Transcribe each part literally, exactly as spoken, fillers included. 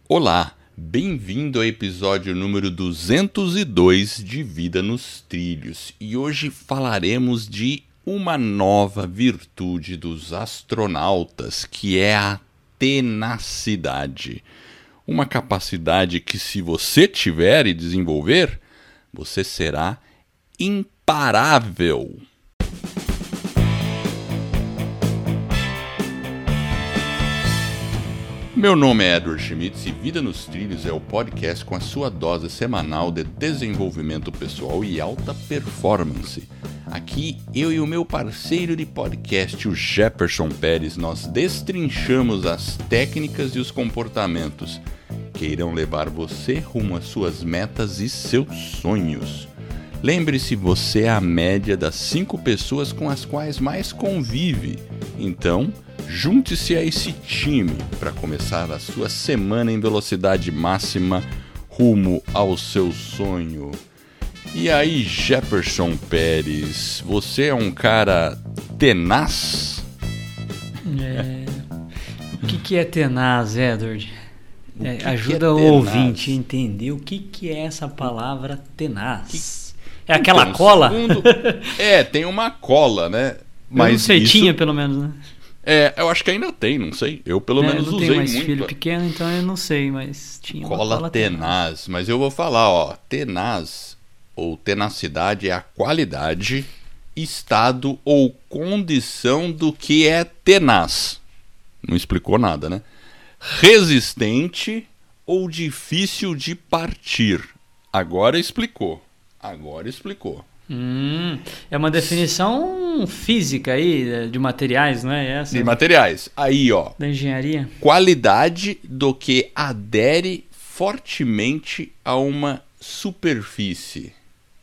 Olá, bem-vindo ao episódio número duzentos e dois de Vida nos Trilhos. E hoje falaremos de uma nova virtude dos astronautas, que é a tenacidade. Uma capacidade que, se você tiver e desenvolver, você será imparável. Meu nome é Edward Schmitz e Vida nos Trilhos é o podcast com a sua dose semanal de desenvolvimento pessoal e alta performance. Aqui, eu e o meu parceiro de podcast, o Jefferson Pérez, nós destrinchamos as técnicas e os comportamentos que irão levar você rumo às suas metas e seus sonhos. Lembre-se, você é a média das cinco pessoas com as quais mais convive. Então, junte-se a esse time para começar a sua semana em velocidade máxima rumo ao seu sonho. E aí, Jefferson Pérez, você é um cara tenaz? É... O que, que é tenaz, Edward? É, que ajuda que é o tenaz? ouvinte a entender o que, que é essa palavra tenaz. Que... É aquela então, cola? Segundo... É, tem uma cola, né? Mas eu não sei, isso... tinha pelo menos, né? É, eu acho que ainda tem, não sei. Eu pelo é, menos eu não usei tenho mais muito. filho pequeno, então eu não sei, mas tinha uma Cola cola tenaz. tenaz. Mas eu vou falar, ó, tenaz ou tenacidade é a qualidade, estado ou condição do que é tenaz. Não explicou nada, né? Resistente ou difícil de partir. Agora explicou. Agora explicou. Hum, é uma definição física aí, de materiais, não é essa? De materiais. Aí, ó. Da engenharia. Qualidade do que adere fortemente a uma superfície.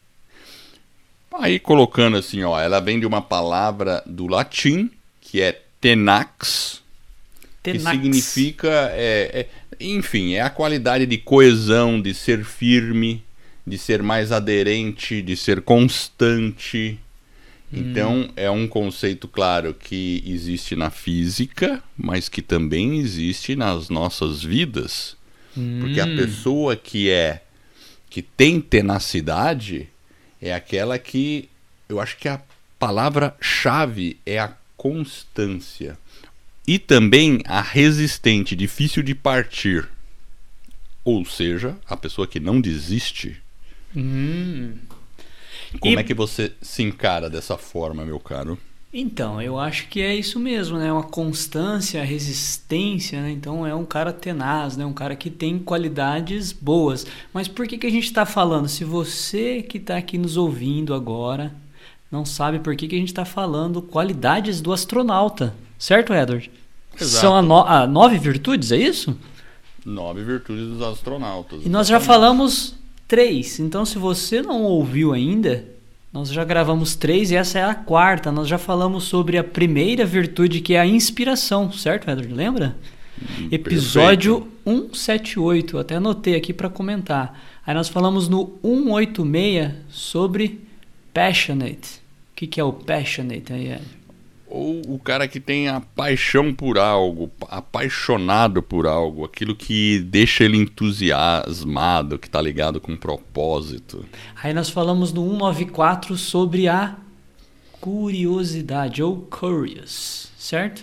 Aí, colocando assim, ó, ela vem de uma palavra do latim, que é tenax, Tenax. que significa, é, é, enfim, é a qualidade de coesão, de ser firme, de ser mais aderente, de ser constante. Então, hum. é um conceito, claro, que existe na física, mas que também existe nas nossas vidas. Hum. Porque a pessoa que é que tem tenacidade é aquela que, eu acho que a palavra-chave é a constância. E também a resistente, difícil de partir. Ou seja, a pessoa que não desiste. Hum. Como e... é que você se encara dessa forma, meu caro? Então, eu acho que é isso mesmo, né? Uma constância, resistência, né? Então é um cara tenaz, né? Um cara que tem qualidades boas. Mas por que, que a gente está falando? Se você que está aqui nos ouvindo agora não sabe por que, que a gente está falando qualidades do astronauta, certo, Edward? Exato. São a no... a nove virtudes, é isso? Nove virtudes dos astronautas. E nós já falamos três, então se você não ouviu ainda, nós já gravamos três e essa é a quarta. Nós já falamos sobre a primeira virtude, que é a inspiração, certo, Edward? Lembra? Hum, Episódio cento e setenta e oito, até anotei aqui para comentar. Aí nós falamos no cento e oitenta e seis sobre passionate. O que, que é o passionate aí, Edward? Ou o cara que tem a paixão por algo, apaixonado por algo, aquilo que deixa ele entusiasmado, que está ligado com um propósito. Aí nós falamos no cento e noventa e quatro sobre a curiosidade, ou curious, certo?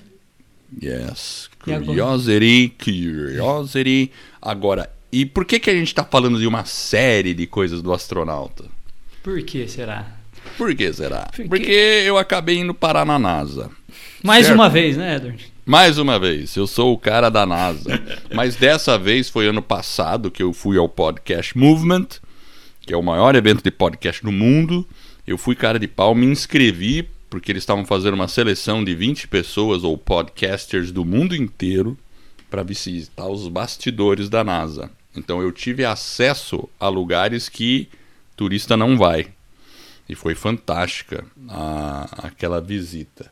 Yes, curiosity, curiosity. Agora, e por que, que a gente está falando de uma série de coisas do astronauta? Por que será? Por que será? Por Porque eu acabei indo parar na NASA. Mais certo? uma vez, né, Edward? Mais uma vez. Eu sou o cara da NASA. Mas dessa vez foi ano passado que eu fui ao Podcast Movement, que é o maior evento de podcast no mundo. Eu fui cara de pau, me inscrevi, porque eles estavam fazendo uma seleção de vinte pessoas ou podcasters do mundo inteiro para visitar os bastidores da NASA. Então eu tive acesso a lugares que turista não vai. E foi fantástica a, aquela visita.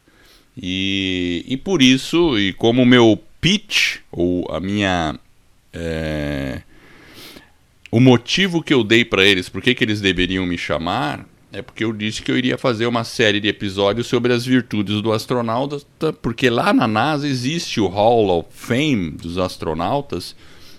E, e por isso, e como o meu pitch, ou a minha... É, o motivo que eu dei para eles, por que que eles deveriam me chamar, é porque eu disse que eu iria fazer uma série de episódios sobre as virtudes do astronauta, porque lá na NASA existe o Hall of Fame dos astronautas,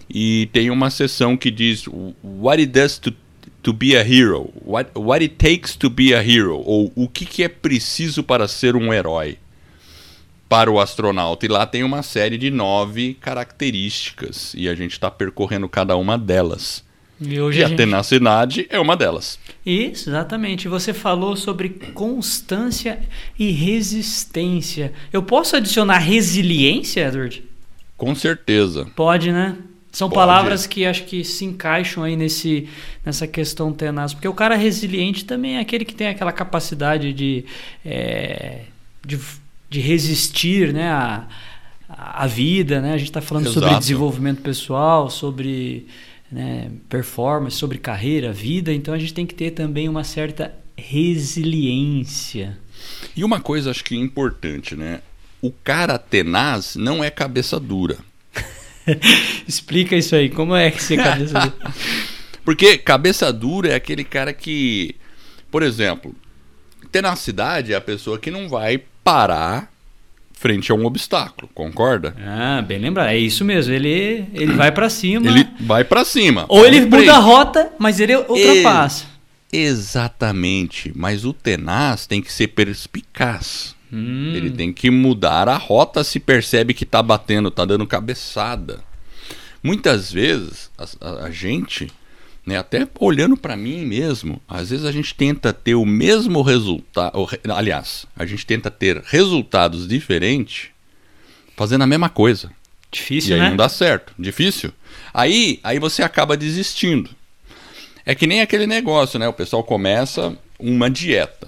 E tem uma seção que diz What it does to, to be a hero. What, what it takes to be a hero. Ou o que, que é preciso para ser um herói para o astronauta. E lá tem uma série de nove características. E a gente está percorrendo cada uma delas. E, hoje e a, a gente... tenacidade é uma delas. Isso, exatamente. Você falou sobre constância e resistência. Eu posso adicionar resiliência, Edward? Com certeza. Pode, né? São Pode. Palavras que acho que se encaixam aí nesse, nessa questão tenaz. Porque o cara resiliente também é aquele que tem aquela capacidade de, é, de, de resistir, né, à, à vida, né? A gente está falando Exato. sobre desenvolvimento pessoal, sobre... né, performance, sobre carreira, vida, então a gente tem que ter também uma certa resiliência. E uma coisa acho que importante, né? O cara tenaz não é cabeça dura. Explica isso aí, como é que você é cabeça dura? Porque cabeça dura é aquele cara que, por exemplo, tenacidade é a pessoa que não vai parar frente a um obstáculo, concorda? Ah, bem lembrado, é isso mesmo, ele, ele vai pra cima. Ele vai pra cima. Ou ele muda frente. a rota, mas ele ultrapassa. E... Exatamente, mas o tenaz tem que ser perspicaz. Hum. Ele tem que mudar a rota se percebe que tá batendo, tá dando cabeçada. Muitas vezes a, a, a gente, né, até olhando para mim mesmo, às vezes a gente tenta ter o mesmo resultado, aliás, a gente tenta ter resultados diferentes fazendo a mesma coisa. Difícil, e aí né? não dá certo, difícil. Aí, aí você acaba desistindo. É que nem aquele negócio, né? O pessoal começa uma dieta.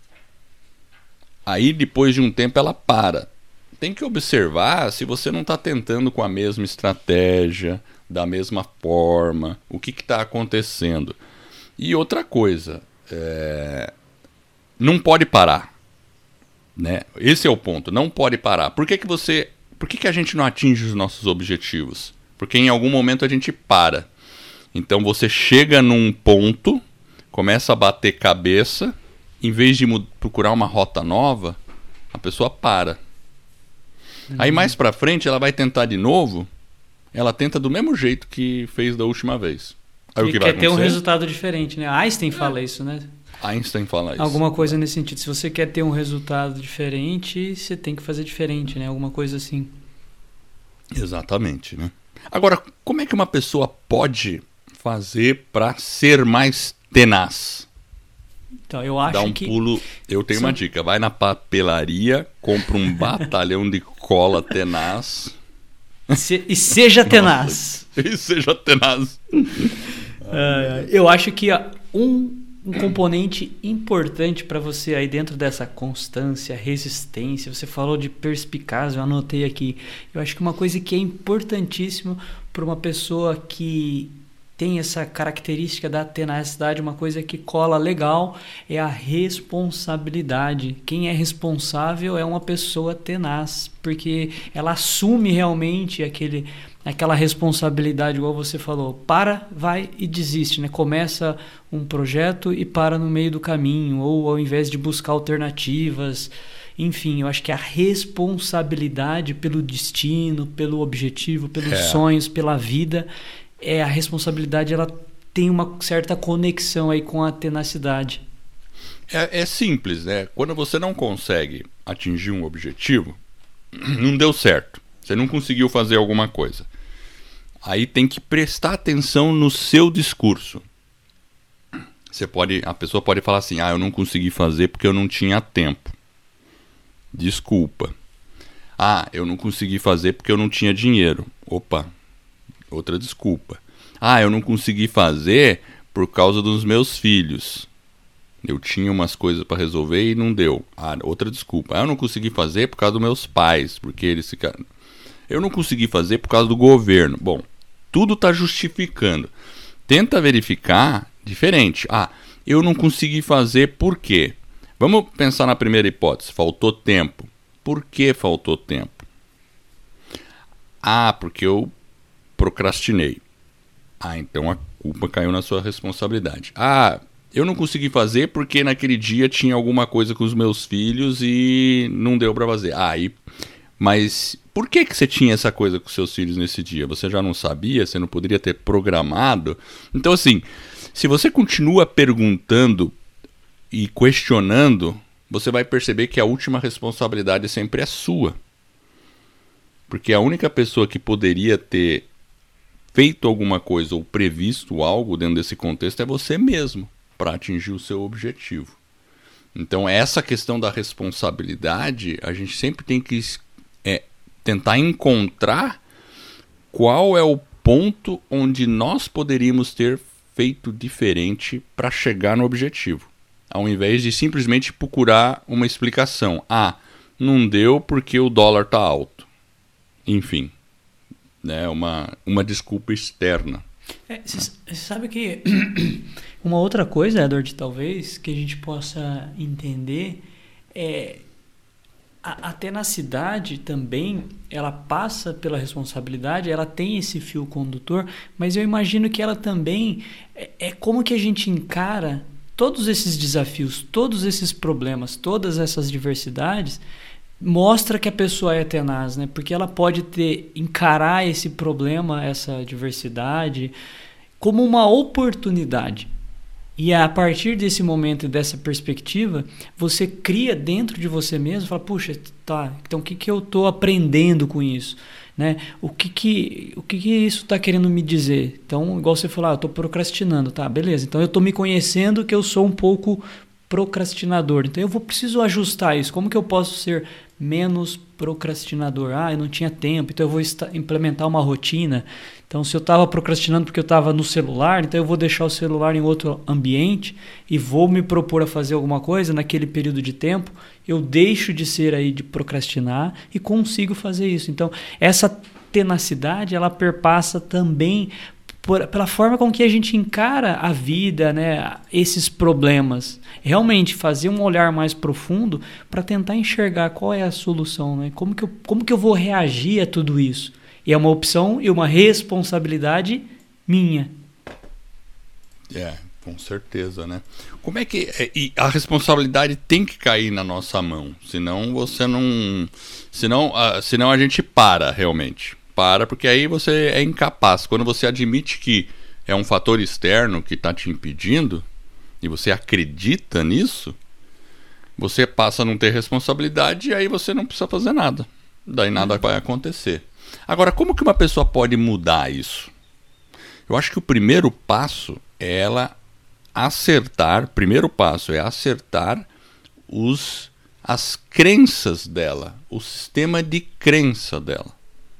Aí depois de um tempo ela para. Tem que observar se você não está tentando com a mesma estratégia, da mesma forma, o que está acontecendo. E outra coisa, é... não pode parar, né? Esse é o ponto, não pode parar. Por que que você, por que que a gente não atinge os nossos objetivos? Porque em algum momento a gente para. Então você chega num ponto, começa a bater cabeça, em vez de procurar uma rota nova, a pessoa para. Uhum. Aí mais pra frente ela vai tentar de novo, ela tenta do mesmo jeito que fez da última vez. Aí, o que vai quer ter um acontecer? resultado diferente, né? Einstein fala isso, né? Einstein fala isso. Alguma coisa nesse sentido. Se você quer ter um resultado diferente, você tem que fazer diferente, né? Alguma coisa assim. Exatamente, né? Agora, como é que uma pessoa pode fazer para ser mais tenaz? Então, eu acho Dá um que... pulo. Eu tenho São... uma dica. Vai na papelaria, compra um batalhão de cola tenaz. Se... E seja tenaz. Nossa, e seja tenaz. Uh, eu acho que um, um componente importante para você aí dentro dessa constância, resistência, você falou de perspicaz, eu anotei aqui. Eu acho que uma coisa que é importantíssima para uma pessoa que tem essa característica da tenacidade, uma coisa que cola legal é a responsabilidade. Quem é responsável é uma pessoa tenaz, porque ela assume realmente aquele, aquela responsabilidade, igual você falou. Para, vai e desiste, né? Começa um projeto e para no meio do caminho, ou ao invés de buscar alternativas. Enfim, eu acho que a responsabilidade pelo destino, pelo objetivo, pelos é. sonhos, pela vida... É, a responsabilidade ela tem uma certa conexão aí com a tenacidade. É, é simples, né? Quando você não consegue atingir um objetivo, não deu certo. Você não conseguiu fazer alguma coisa. Aí tem que prestar atenção no seu discurso. Você pode, a pessoa pode falar assim: ah, eu não consegui fazer porque eu não tinha tempo. Desculpa. Ah, eu não consegui fazer porque eu não tinha dinheiro. Opa. Outra desculpa. Ah, eu não consegui fazer por causa dos meus filhos. Eu tinha umas coisas para resolver e não deu. Ah, outra desculpa. Ah, eu não consegui fazer por causa dos meus pais, porque eles ficaram... Eu não consegui fazer por causa do governo. Bom, tudo está justificando. Tenta verificar diferente. Ah, eu não consegui fazer por quê? Vamos pensar na primeira hipótese. Faltou tempo. Por que faltou tempo? Ah, porque eu procrastinei. Ah, então a culpa caiu na sua responsabilidade. Ah, eu não consegui fazer porque naquele dia tinha alguma coisa com os meus filhos e não deu para fazer. Ah, aí Mas por que, que você tinha essa coisa com seus filhos nesse dia? Você já não sabia? Você não poderia ter programado? Então, assim, se você continua perguntando e questionando, você vai perceber que a última responsabilidade sempre é sua. Porque a única pessoa que poderia ter feito alguma coisa ou previsto algo dentro desse contexto é você mesmo, para atingir o seu objetivo. Então, essa questão da responsabilidade, a gente sempre tem que é, tentar encontrar qual é o ponto onde nós poderíamos ter feito diferente para chegar no objetivo, ao invés de simplesmente procurar uma explicação. Ah, não deu porque o dólar está alto. Enfim, né, uma, uma desculpa externa. Você é, sabe que uma outra coisa, Edward, talvez, que a gente possa entender é a, a tenacidade também, ela passa pela responsabilidade, ela tem esse fio condutor, mas eu imagino que ela também é, é como que a gente encara todos esses desafios, todos esses problemas, todas essas diversidades, mostra que a pessoa é tenaz, né? Porque ela pode ter encarar esse problema, essa diversidade, como uma oportunidade. E a partir desse momento e dessa perspectiva, você cria dentro de você mesmo, fala, puxa, tá, então o que, que eu estou aprendendo com isso? Né? O, que, que, o que, que isso está querendo me dizer? Então, igual você falou, ah, eu estou procrastinando, tá, beleza. Então eu estou me conhecendo que eu sou um pouco procrastinador. Então eu vou preciso ajustar isso. Como que eu posso ser menos procrastinador? Ah, eu não tinha tempo, então eu vou implementar uma rotina. Então, se eu estava procrastinando porque eu estava no celular, então eu vou deixar o celular em outro ambiente e vou me propor a fazer alguma coisa naquele período de tempo. Eu deixo de ser aí de procrastinar e consigo fazer isso. Então, essa tenacidade, ela perpassa também por, pela forma com que a gente encara a vida, né, esses problemas. Realmente fazer um olhar mais profundo para tentar enxergar qual é a solução, né? Como que eu, como que eu vou reagir a tudo isso? E é uma opção e uma responsabilidade minha. É, com certeza, né? Como é que... E a responsabilidade tem que cair na nossa mão, senão você não... Senão, a, senão a gente para, realmente. Para, porque aí você é incapaz. Quando você admite que é um fator externo que está te impedindo, e você acredita nisso, você passa a não ter responsabilidade e aí você não precisa fazer nada. Daí nada vai acontecer. Agora, como que uma pessoa pode mudar isso? Eu acho que o primeiro passo é ela acertar, primeiro passo é acertar os, as crenças dela, o sistema de crença dela.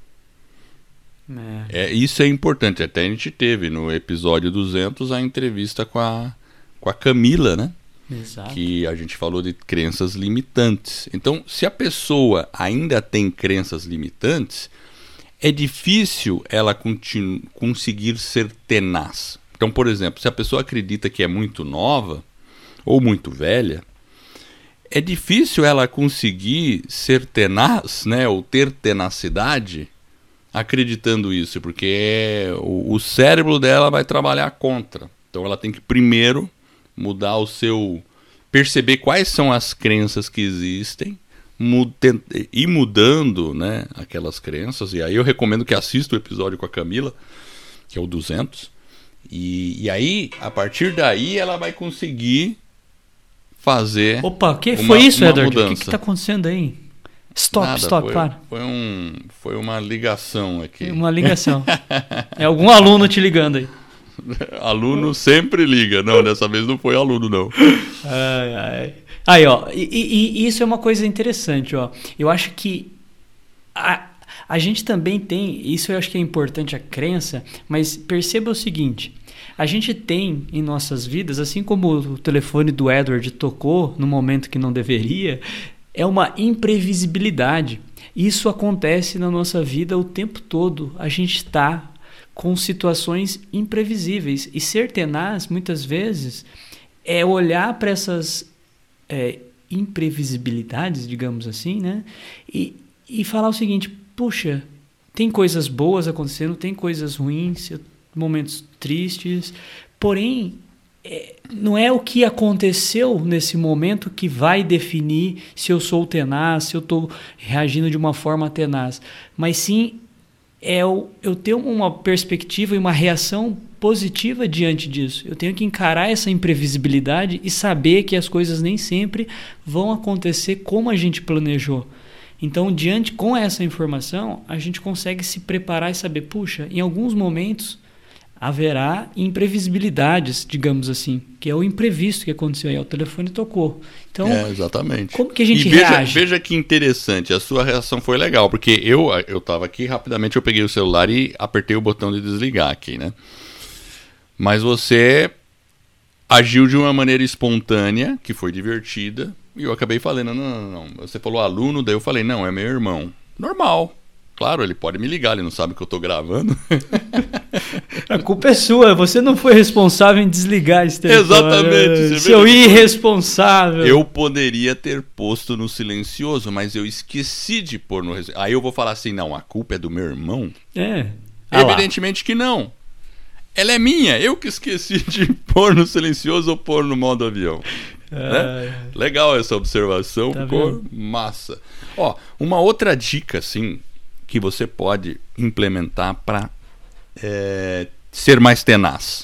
É. É, isso é importante. Até a gente teve no episódio duzentos a entrevista com a, com a Camila, né? Exato. Que a gente falou de crenças limitantes. Então, se a pessoa ainda tem crenças limitantes, é difícil ela continu- conseguir ser tenaz. Então, por exemplo, se a pessoa acredita que é muito nova ou muito velha, é difícil ela conseguir ser tenaz, né, ou ter tenacidade acreditando isso, porque o, o cérebro dela vai trabalhar contra. Então, ela tem que primeiro mudar o seu... perceber quais são as crenças que existem, ir mudando, né, aquelas crenças. E aí eu recomendo que assista o episódio com a Camila, que é o duzentos. E, e aí, a partir daí, ela vai conseguir fazer... Opa, o que uma, foi isso, Edward? Mudança. O que está acontecendo aí? Stop, Nada, stop, foi, para. Foi, um, foi uma ligação aqui. Uma ligação. É algum aluno te ligando aí. Aluno sempre liga. Não, dessa vez não foi aluno, não. Ai, ai. Aí, ó, e, e, e isso é uma coisa interessante, ó. Eu acho que a, a gente também tem, isso eu acho que é importante, a crença, mas perceba o seguinte, a gente tem em nossas vidas, assim como o telefone do Edward tocou no momento que não deveria, é uma imprevisibilidade. Isso acontece na nossa vida o tempo todo. A gente está com situações imprevisíveis. E ser tenaz, muitas vezes, é olhar para essas é, imprevisibilidades, digamos assim, né? E, e falar o seguinte, puxa, tem coisas boas acontecendo, tem coisas ruins, momentos tristes, porém, é, não é o que aconteceu nesse momento que vai definir se eu sou tenaz, se eu estou reagindo de uma forma tenaz, mas sim é eu, eu ter uma perspectiva e uma reação positiva diante disso. Eu tenho que encarar essa imprevisibilidade e saber que as coisas nem sempre vão acontecer como a gente planejou. Então, diante com essa informação, a gente consegue se preparar e saber, puxa, em alguns momentos haverá imprevisibilidades, digamos assim, que é o imprevisto que aconteceu aí, o telefone tocou. Então, é, exatamente. Como que a gente e veja, reage? Veja que interessante, a sua reação foi legal, porque eu eu estava aqui, rapidamente eu peguei o celular e apertei o botão de desligar aqui, né? Mas você agiu de uma maneira espontânea, que foi divertida, e eu acabei falando, não, não, não, você falou aluno, daí eu falei, não, é meu irmão. Normal. Claro, ele pode me ligar, ele não sabe que eu tô gravando. A culpa é sua, você não foi responsável em desligar esse telefone. Exatamente. Seu irresponsável. Eu poderia ter posto no silencioso, mas eu esqueci de pôr no... Aí eu vou falar assim, não, a culpa é do meu irmão? É. Ah, evidentemente que não. Ela é minha, eu que esqueci de pôr no silencioso ou pôr no modo avião. Ah, né? Legal essa observação, tá ficou vendo? massa. Ó, uma outra dica, assim, que você pode implementar para é, ser mais tenaz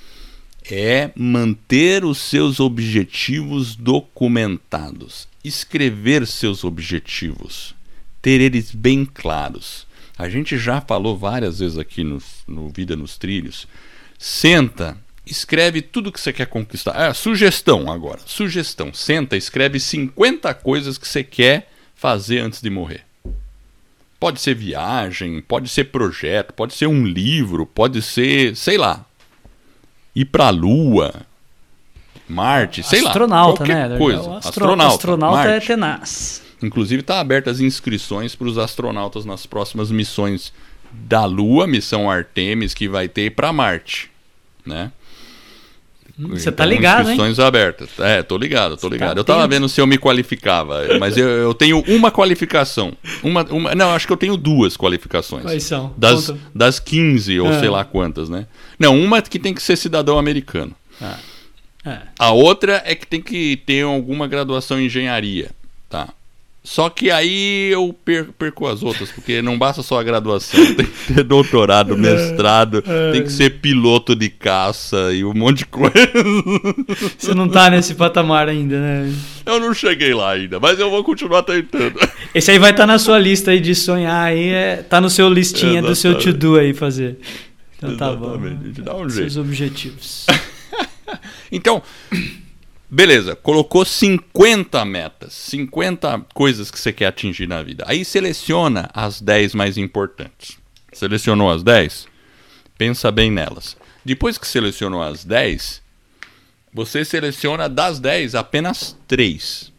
é manter os seus objetivos documentados, escrever seus objetivos, ter eles bem claros. A gente já falou várias vezes aqui no, no Vida nos Trilhos. Senta, escreve tudo que você quer conquistar. Ah, sugestão agora, sugestão. Senta, escreve cinquenta coisas que você quer fazer antes de morrer. Pode ser viagem, pode ser projeto, pode ser um livro, pode ser, sei lá, ir pra Lua, Marte, sei astronauta, lá, qualquer né? coisa. O astro... Astronauta, astronauta é Marte. tenaz. Inclusive está abertas as inscrições para os astronautas nas próximas missões da Lua, missão Artemis, que vai ter para Marte, né? Você tá ligado, inscrições hein? abertas. É, tô ligado, tô Você ligado. tá eu tava atento. vendo se eu me qualificava, mas eu, eu tenho uma qualificação. Uma, uma, não, acho que eu tenho duas qualificações. Quais são? Das, Conta. das quinze ou Ah. sei lá quantas, né? Não, uma que tem que ser cidadão americano. Ah. É. A outra é que tem que ter alguma graduação em engenharia, tá? Só que aí eu per- perco as outras, porque não basta só a graduação, tem que ter doutorado, mestrado, tem que ser piloto de caça e um monte de coisa. Você não tá nesse patamar ainda, né? Eu não cheguei lá ainda, mas eu vou continuar tentando. Esse aí vai estar na sua lista aí de sonhar aí, é, tá no seu listinha do seu Exatamente. to-do aí fazer. Então tá bom. Exatamente, a gente dá um Seus jeito. objetivos. Então, beleza, colocou cinquenta metas, cinquenta coisas que você quer atingir na vida. Aí seleciona as dez mais importantes. Selecionou as dez? Pensa bem nelas. Depois que selecionou as dez, você seleciona das dez apenas três.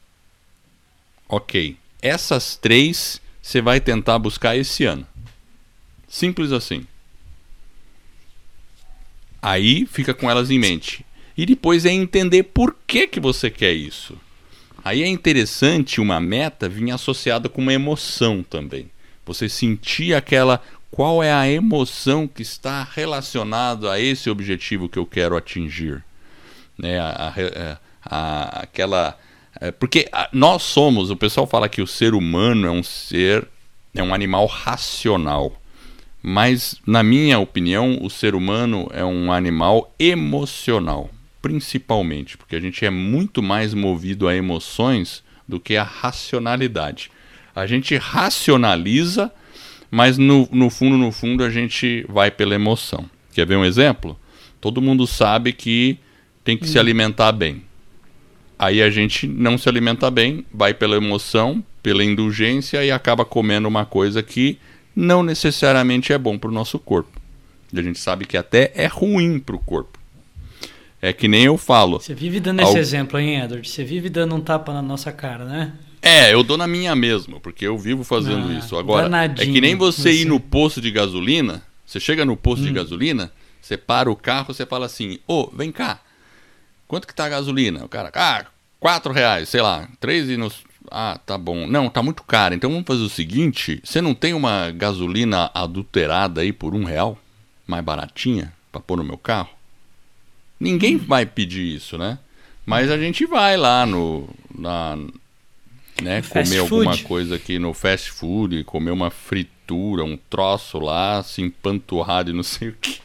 Ok, essas três você vai tentar buscar esse ano. Simples assim. Aí fica com elas em mente. E depois é entender por que, que você quer isso. Aí é interessante uma meta vir associada com uma emoção também. Você sentir aquela... Qual é a emoção que está relacionada a esse objetivo que eu quero atingir? Né? A, a, a, aquela... Porque nós somos... O pessoal fala que o ser humano é um ser... É um animal racional. Mas, na minha opinião, o ser humano é um animal emocional. Principalmente, porque a gente é muito mais movido a emoções do que a racionalidade. A gente racionaliza, mas no, no fundo, no fundo, a gente vai pela emoção. Quer ver um exemplo? Todo mundo sabe que tem que hum. se alimentar bem. Aí a gente não se alimenta bem, vai pela emoção, pela indulgência e acaba comendo uma coisa que não necessariamente é bom para o nosso corpo. E a gente sabe que até é ruim para o corpo. É que nem eu falo. Você vive dando esse exemplo, hein, Edward? Você vive dando um tapa na nossa cara, né? É, eu dou na minha mesmo, porque eu vivo fazendo Ah, isso. Agora, danadinho, é que nem você você. ir no posto de gasolina, você chega no posto Hum. de gasolina, você para o carro, você fala assim, ô, oh, vem cá, quanto que tá a gasolina? O cara, ah, quatro reais, sei lá, três e nos... Ah, tá bom. Não, tá muito caro. Então vamos fazer o seguinte, você não tem uma gasolina adulterada aí por um real? Mais baratinha, pra pôr no meu carro? Ninguém vai pedir isso, né? Mas a gente vai lá no... Na, né, comer alguma coisa aqui no fast food, comer uma fritura, um troço lá, assim, empanturrado e não sei o que.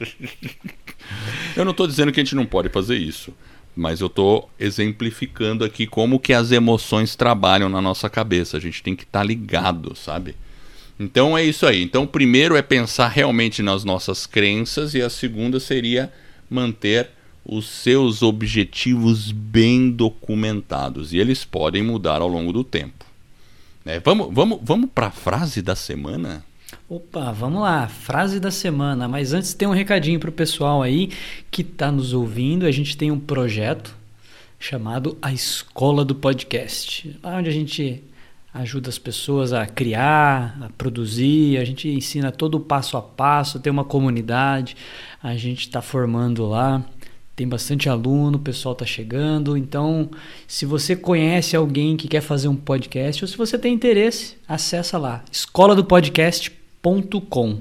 Eu não estou dizendo que a gente não pode fazer isso, mas eu estou exemplificando aqui como que as emoções trabalham na nossa cabeça. A gente tem que estar tá ligado, sabe? Então é isso aí. Então, o primeiro é pensar realmente nas nossas crenças e a segunda seria manter os seus objetivos bem documentados. E eles podem mudar ao longo do tempo. Né? Vamos, vamos, vamos para a frase da semana? Opa, vamos lá. Frase da semana. Mas antes tem um recadinho para o pessoal aí que está nos ouvindo. A gente tem um projeto chamado A Escola do Podcast. Lá onde a gente ajuda as pessoas a criar, a produzir. A gente ensina todo o passo a passo. Tem uma comunidade. A gente está formando lá. Tem bastante aluno, o pessoal está chegando. Então, se você conhece alguém que quer fazer um podcast ou se você tem interesse, acessa lá, escola do podcast ponto com.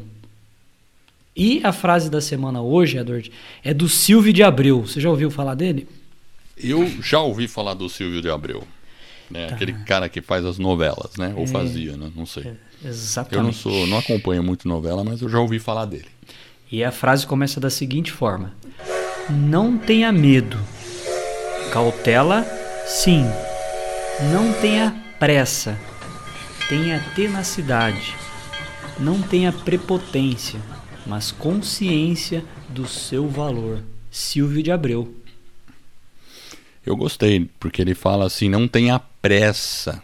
E a frase da semana hoje, Edward, é do Silvio de Abreu. Você já ouviu falar dele? Eu já ouvi falar do Silvio de Abreu. Né? Tá. Aquele cara que faz as novelas, né? Ou é, fazia, né? Não sei. É, exatamente. Eu não, sou, não acompanho muito novela, mas eu já ouvi falar dele. E a frase começa da seguinte forma: não tenha medo. Cautela, sim. Não tenha pressa. Tenha tenacidade. Não tenha prepotência, mas consciência do seu valor. Silvio de Abreu. Eu gostei, porque ele fala assim, não tenha pressa,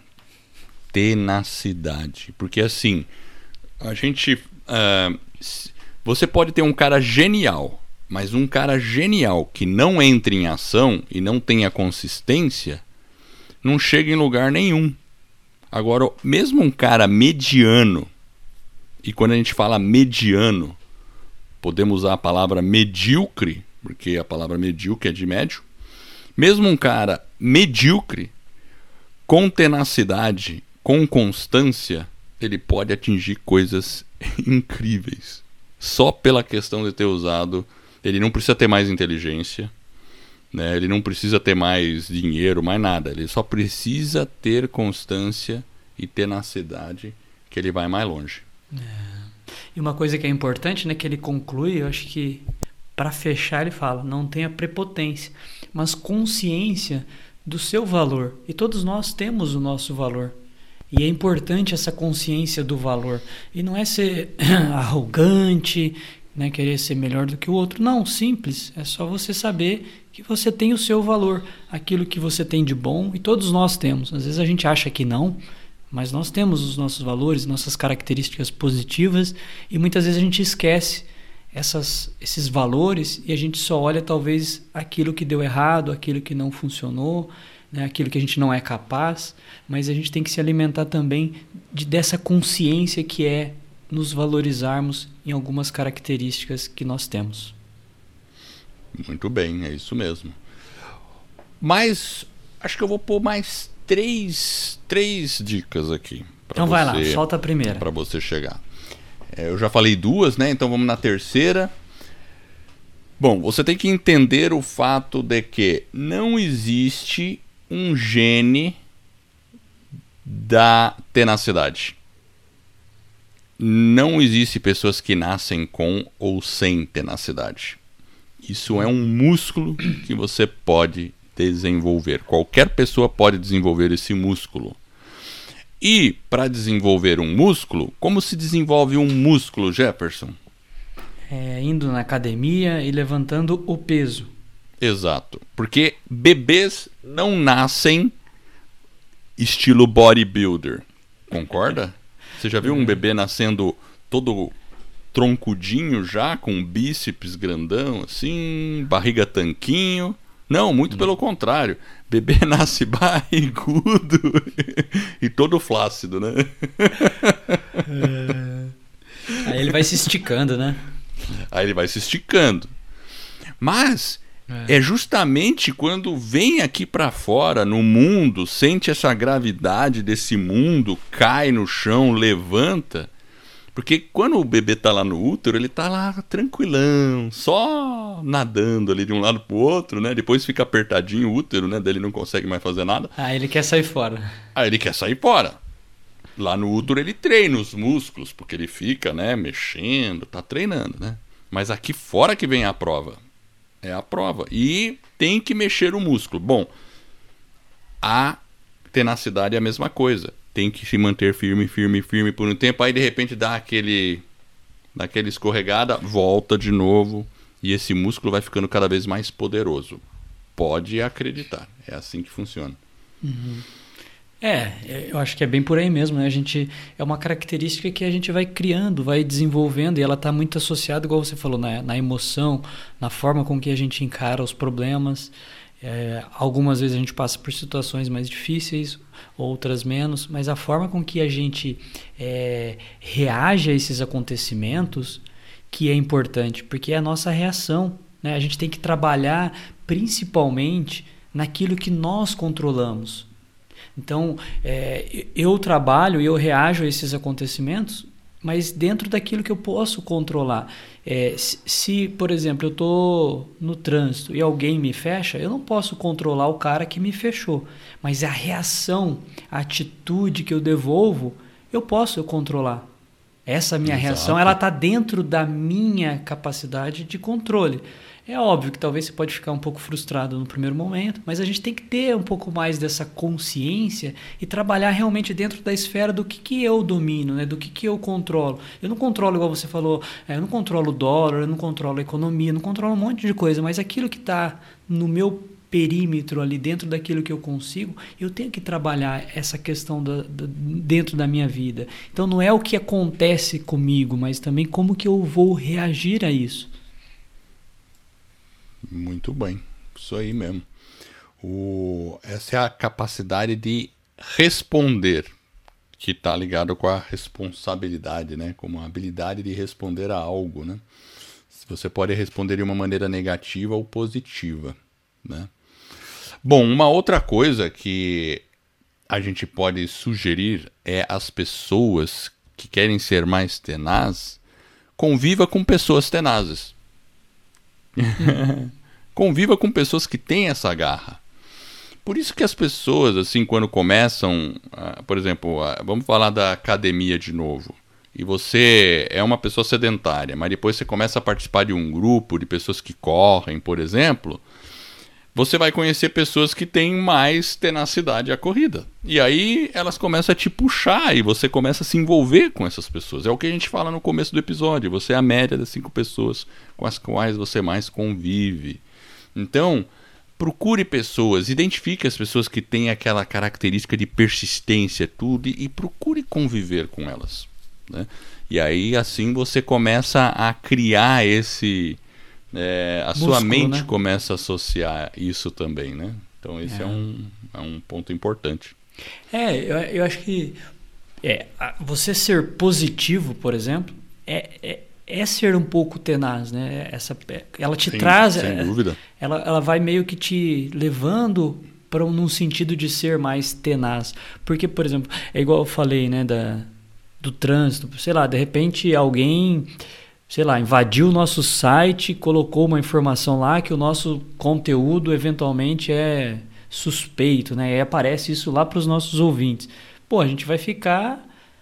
tenacidade. Porque assim, a gente... Uh, você pode ter um cara genial, mas um cara genial que não entre em ação e não tenha consistência, não chega em lugar nenhum. Agora, mesmo um cara mediano, e quando a gente fala mediano, podemos usar a palavra medíocre, porque a palavra medíocre é de médio. Mesmo um cara medíocre, com tenacidade, com constância, ele pode atingir coisas incríveis. Só pela questão de ter usado... Ele não precisa ter mais inteligência, né? Ele não precisa ter mais dinheiro, mais nada. Ele só precisa ter constância e tenacidade, que ele vai mais longe. É. E uma coisa que é importante, né, que ele conclui, eu acho que para fechar ele fala, não tenha prepotência, mas consciência do seu valor. E todos nós temos o nosso valor. E é importante essa consciência do valor. E não é ser arrogante, né, querer ser melhor do que o outro. Não, simples. É só você saber que você tem o seu valor, aquilo que você tem de bom, e todos nós temos. Às vezes a gente acha que não, mas nós temos os nossos valores, nossas características positivas, e muitas vezes a gente esquece essas, esses valores e a gente só olha talvez aquilo que deu errado, aquilo que não funcionou, né, aquilo que a gente não é capaz, mas a gente tem que se alimentar também de, dessa consciência que é nos valorizarmos em algumas características que nós temos. Muito bem, é isso mesmo. Mas acho que eu vou pôr mais três, três dicas aqui. Então você, vai lá, solta a primeira. Para você chegar. É, eu já falei duas, né? Então vamos na terceira. Bom, você tem que entender o fato de que não existe um gene da tenacidade. Não existe pessoas que nascem com ou sem tenacidade. Isso é um músculo que você pode desenvolver. Qualquer pessoa pode desenvolver esse músculo. E para desenvolver um músculo, como se desenvolve um músculo, Jefferson? É, indo na academia e levantando o peso. Exato. Porque bebês não nascem estilo bodybuilder. Concorda? Você já viu um bebê nascendo todo troncudinho já, com bíceps grandão, assim, barriga tanquinho? Não, muito pelo contrário. Bebê nasce barrigudo e todo flácido, né? É... Aí ele vai se esticando, né? Aí ele vai se esticando. Mas é, é justamente quando vem aqui pra fora, no mundo, sente essa gravidade desse mundo, cai no chão, levanta, Porque quando o bebê tá lá no útero, ele tá lá tranquilão, só nadando ali de um lado pro outro, né? Depois fica apertadinho o útero, né? Daí ele não consegue mais fazer nada. Ah, ele quer sair fora. Aí ele quer sair fora. Lá no útero ele treina os músculos, porque ele fica, né, mexendo, tá treinando, né? Mas aqui fora que vem a prova. É a prova. E tem que mexer o músculo. Bom, a tenacidade é a mesma coisa. Tem que se manter firme, firme, firme por um tempo. Aí de repente dá aquele, dá aquele escorregada, volta de novo. E esse músculo vai ficando cada vez mais poderoso. Pode acreditar. É assim que funciona. Uhum. É, eu acho que é bem por aí mesmo, né? A gente, é uma característica que a gente vai criando, vai desenvolvendo, e ela está muito associada, igual você falou, na, na emoção, na forma com que a gente encara os problemas. É, algumas vezes a gente passa por situações mais difíceis, outras menos, mas a forma com que a gente é, reage a esses acontecimentos que é importante, porque é a nossa reação, né? A gente tem que trabalhar principalmente naquilo que nós controlamos. Então, é, eu trabalho e eu reajo a esses acontecimentos, mas dentro daquilo que eu posso controlar. É, se, se, por exemplo, eu estou no trânsito e alguém me fecha, eu não posso controlar o cara que me fechou. Mas a reação, a atitude que eu devolvo, eu posso controlar. Essa minha Exato. reação, ela está dentro da minha capacidade de controle. É óbvio que talvez você pode ficar um pouco frustrado no primeiro momento, mas a gente tem que ter um pouco mais dessa consciência e trabalhar realmente dentro da esfera do que, que eu domino, né? Do que, que eu controlo. Eu não controlo, igual você falou, eu não controlo o dólar, eu não controlo a economia, eu não controlo um monte de coisa, mas aquilo que está no meu perímetro ali, dentro daquilo que eu consigo, eu tenho que trabalhar essa questão da, da, dentro da minha vida. Então não é o que acontece comigo, mas também como que eu vou reagir a isso. Muito bem, isso aí mesmo. O, essa é a capacidade de responder, que está ligado com a responsabilidade, né? Como a habilidade de responder a algo, né? Você pode responder de uma maneira negativa ou positiva, né? Bom, uma outra coisa que a gente pode sugerir é as pessoas que querem ser mais tenazes, conviva com pessoas tenazes. Conviva com pessoas que têm essa garra. Por isso que as pessoas, assim, quando começam, uh, por exemplo, uh, vamos falar da academia de novo, e você é uma pessoa sedentária, mas depois você começa a participar de um grupo de pessoas que correm, por exemplo, você vai conhecer pessoas que têm mais tenacidade à corrida. E aí elas começam a te puxar e você começa a se envolver com essas pessoas. É o que a gente fala no começo do episódio. Você é a média das cinco pessoas com as quais você mais convive. Então, procure pessoas, identifique as pessoas que têm aquela característica de persistência, tudo, e, e procure conviver com elas, né? E aí, assim, você começa a criar esse... É, a Músculo, sua mente, né? Começa a associar isso também, né? Então esse é, é, um, é um ponto importante. É, eu, eu acho que é, você ser positivo, por exemplo, é, é, é ser um pouco tenaz, né? Essa, ela te sem, traz... Sem é, dúvida. Ela, ela vai meio que te levando para um, num sentido de ser mais tenaz. Porque, por exemplo, é igual eu falei, né? Da, do trânsito, sei lá, de repente alguém... sei lá, invadiu o nosso site, colocou uma informação lá que o nosso conteúdo eventualmente é suspeito, né? E aparece isso lá para os nossos ouvintes. Pô, a gente vai ficar,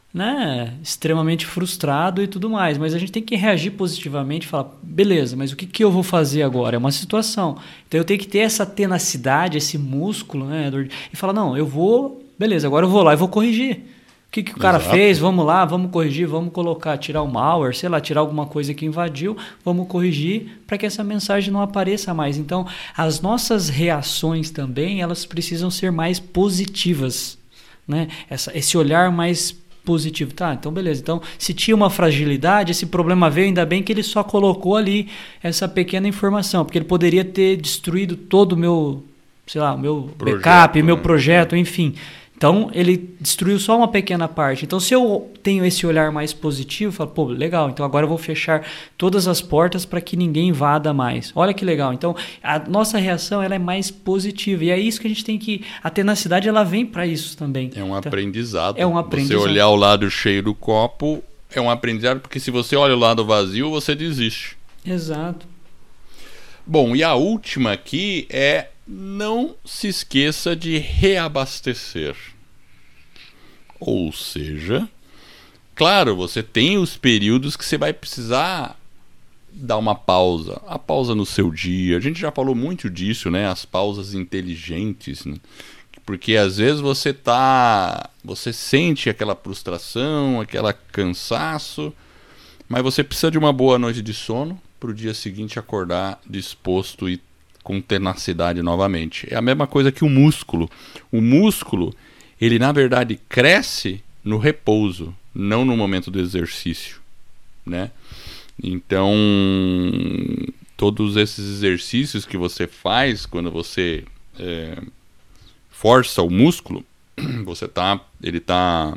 né, extremamente frustrado e tudo mais, mas a gente tem que reagir positivamente e falar, beleza, mas o que, que eu vou fazer agora? É uma situação. Então eu tenho que ter essa tenacidade, esse músculo, né, Edward? E falar, não, eu vou, beleza, agora eu vou lá e vou corrigir. O que, que o cara Exato. fez? Vamos lá, vamos corrigir, vamos colocar, tirar o malware, sei lá, tirar alguma coisa que invadiu, vamos corrigir para que essa mensagem não apareça mais. Então, as nossas reações também, elas precisam ser mais positivas, né? Essa, esse olhar mais positivo. Tá, então beleza. Então, se tinha uma fragilidade, esse problema veio, ainda bem que ele só colocou ali essa pequena informação, porque ele poderia ter destruído todo o meu, sei lá, o meu projeto, backup, né? meu projeto, enfim... Então, ele destruiu só uma pequena parte. Então, se eu tenho esse olhar mais positivo, eu falo, pô, legal, então agora eu vou fechar todas as portas para que ninguém invada mais. Olha que legal. Então, a nossa reação ela é mais positiva. E é isso que a gente tem que... A tenacidade, ela vem para isso também. É um então, aprendizado. É um aprendizado. Você olhar o lado cheio do copo é um aprendizado, porque se você olha o lado vazio, você desiste. Exato. Bom, e a última aqui é: não se esqueça de reabastecer. Ou seja, claro, você tem os períodos que você vai precisar dar uma pausa. A pausa no seu dia. A gente já falou muito disso, né? As pausas inteligentes, né? Porque às vezes você tá, você sente aquela frustração, aquele cansaço, mas você precisa de uma boa noite de sono para o dia seguinte acordar disposto e com tenacidade novamente. É a mesma coisa que o músculo. O músculo, ele na verdade cresce no repouso, não no momento do exercício, né? Então, todos esses exercícios que você faz quando você é, força o músculo, você tá, ele tá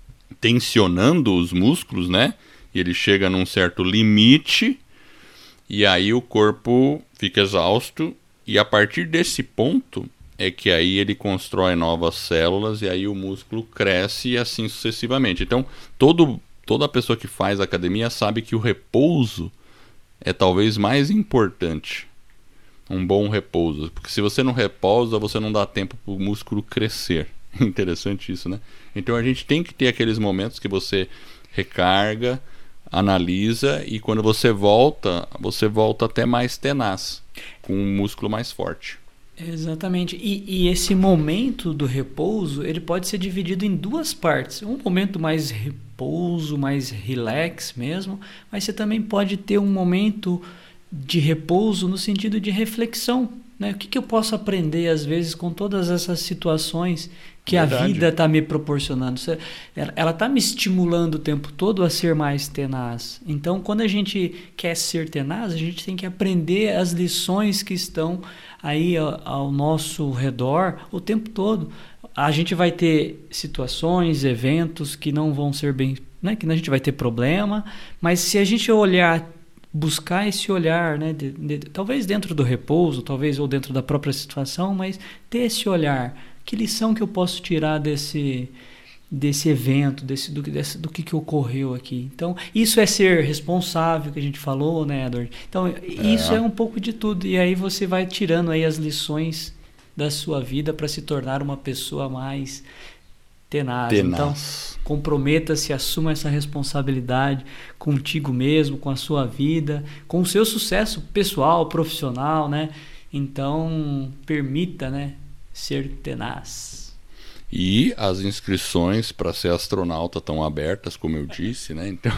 tensionando os músculos, né? E ele chega num certo limite e aí o corpo fica exausto, e a partir desse ponto é que aí ele constrói novas células e aí o músculo cresce e assim sucessivamente. Então, todo, toda pessoa que faz academia sabe que o repouso é talvez mais importante. Um bom repouso. Porque se você não repousa, você não dá tempo para o músculo crescer. Interessante isso, né? Então a gente tem que ter aqueles momentos que você recarga, analisa, e quando você volta, você volta até mais tenaz, com um músculo mais forte. Exatamente. E, e esse momento do repouso, ele pode ser dividido em duas partes. Um momento mais repouso, mais relax mesmo, mas você também pode ter um momento de repouso no sentido de reflexão, né? O que, que eu posso aprender às vezes com todas essas situações que Verdade. A vida está me proporcionando? Ela está me estimulando o tempo todo a ser mais tenaz. Então, quando a gente quer ser tenaz, a gente tem que aprender as lições que estão aí ao, ao nosso redor o tempo todo. A gente vai ter situações, eventos que não vão ser bem, né? Que a gente vai ter problema, mas se a gente olhar, buscar esse olhar, né, de, de, talvez dentro do repouso, talvez ou dentro da própria situação, mas ter esse olhar. Que lição que eu posso tirar desse, desse evento, desse, do, desse, do que, que ocorreu aqui? Então, isso é ser responsável, que a gente falou, né, Edward? Então, é. isso é um pouco de tudo. E aí você vai tirando aí as lições da sua vida para se tornar uma pessoa mais tenaz. tenaz. Então, comprometa-se, assuma essa responsabilidade contigo mesmo, com a sua vida, com o seu sucesso pessoal, profissional, né? Então, permita, né, ser tenaz. E as inscrições para ser astronauta estão abertas, como eu disse, né? Então,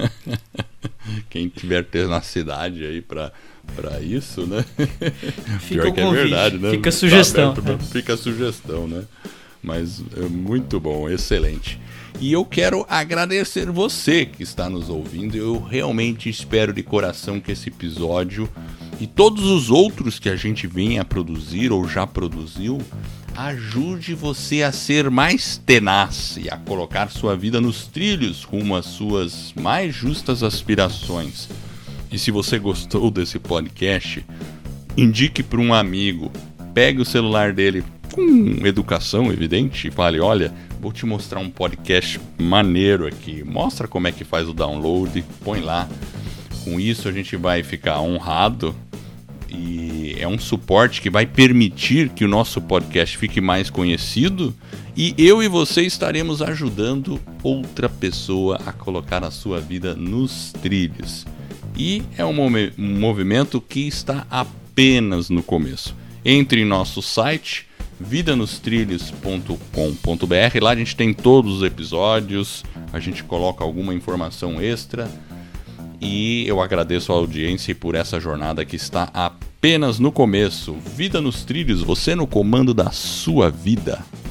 quem tiver tenacidade aí para para isso, né? Fica Pior que é verdade, né? Fica a sugestão. Tá aberto, fica a sugestão, né? Mas é muito bom, excelente. E eu quero agradecer você que está nos ouvindo. Eu realmente espero de coração que esse episódio e todos os outros que a gente vem a produzir ou já produziu ajude você a ser mais tenaz e a colocar sua vida nos trilhos rumo às suas mais justas aspirações. E se você gostou desse podcast, indique para um amigo, pegue o celular dele com educação, evidente, e fale: olha, vou te mostrar um podcast maneiro aqui, mostra como é que faz o download, põe lá. Com isso a gente vai ficar honrado e é um suporte que vai permitir que o nosso podcast fique mais conhecido, e eu e você estaremos ajudando outra pessoa a colocar a sua vida nos trilhos. E é um, mov- um movimento que está apenas no começo. Entre em nosso site vida nos trilhos ponto com ponto b r, lá a gente tem todos os episódios, a gente coloca alguma informação extra, e eu agradeço a audiência por essa jornada que está apenas no começo. Vida nos trilhos, você no comando da sua vida.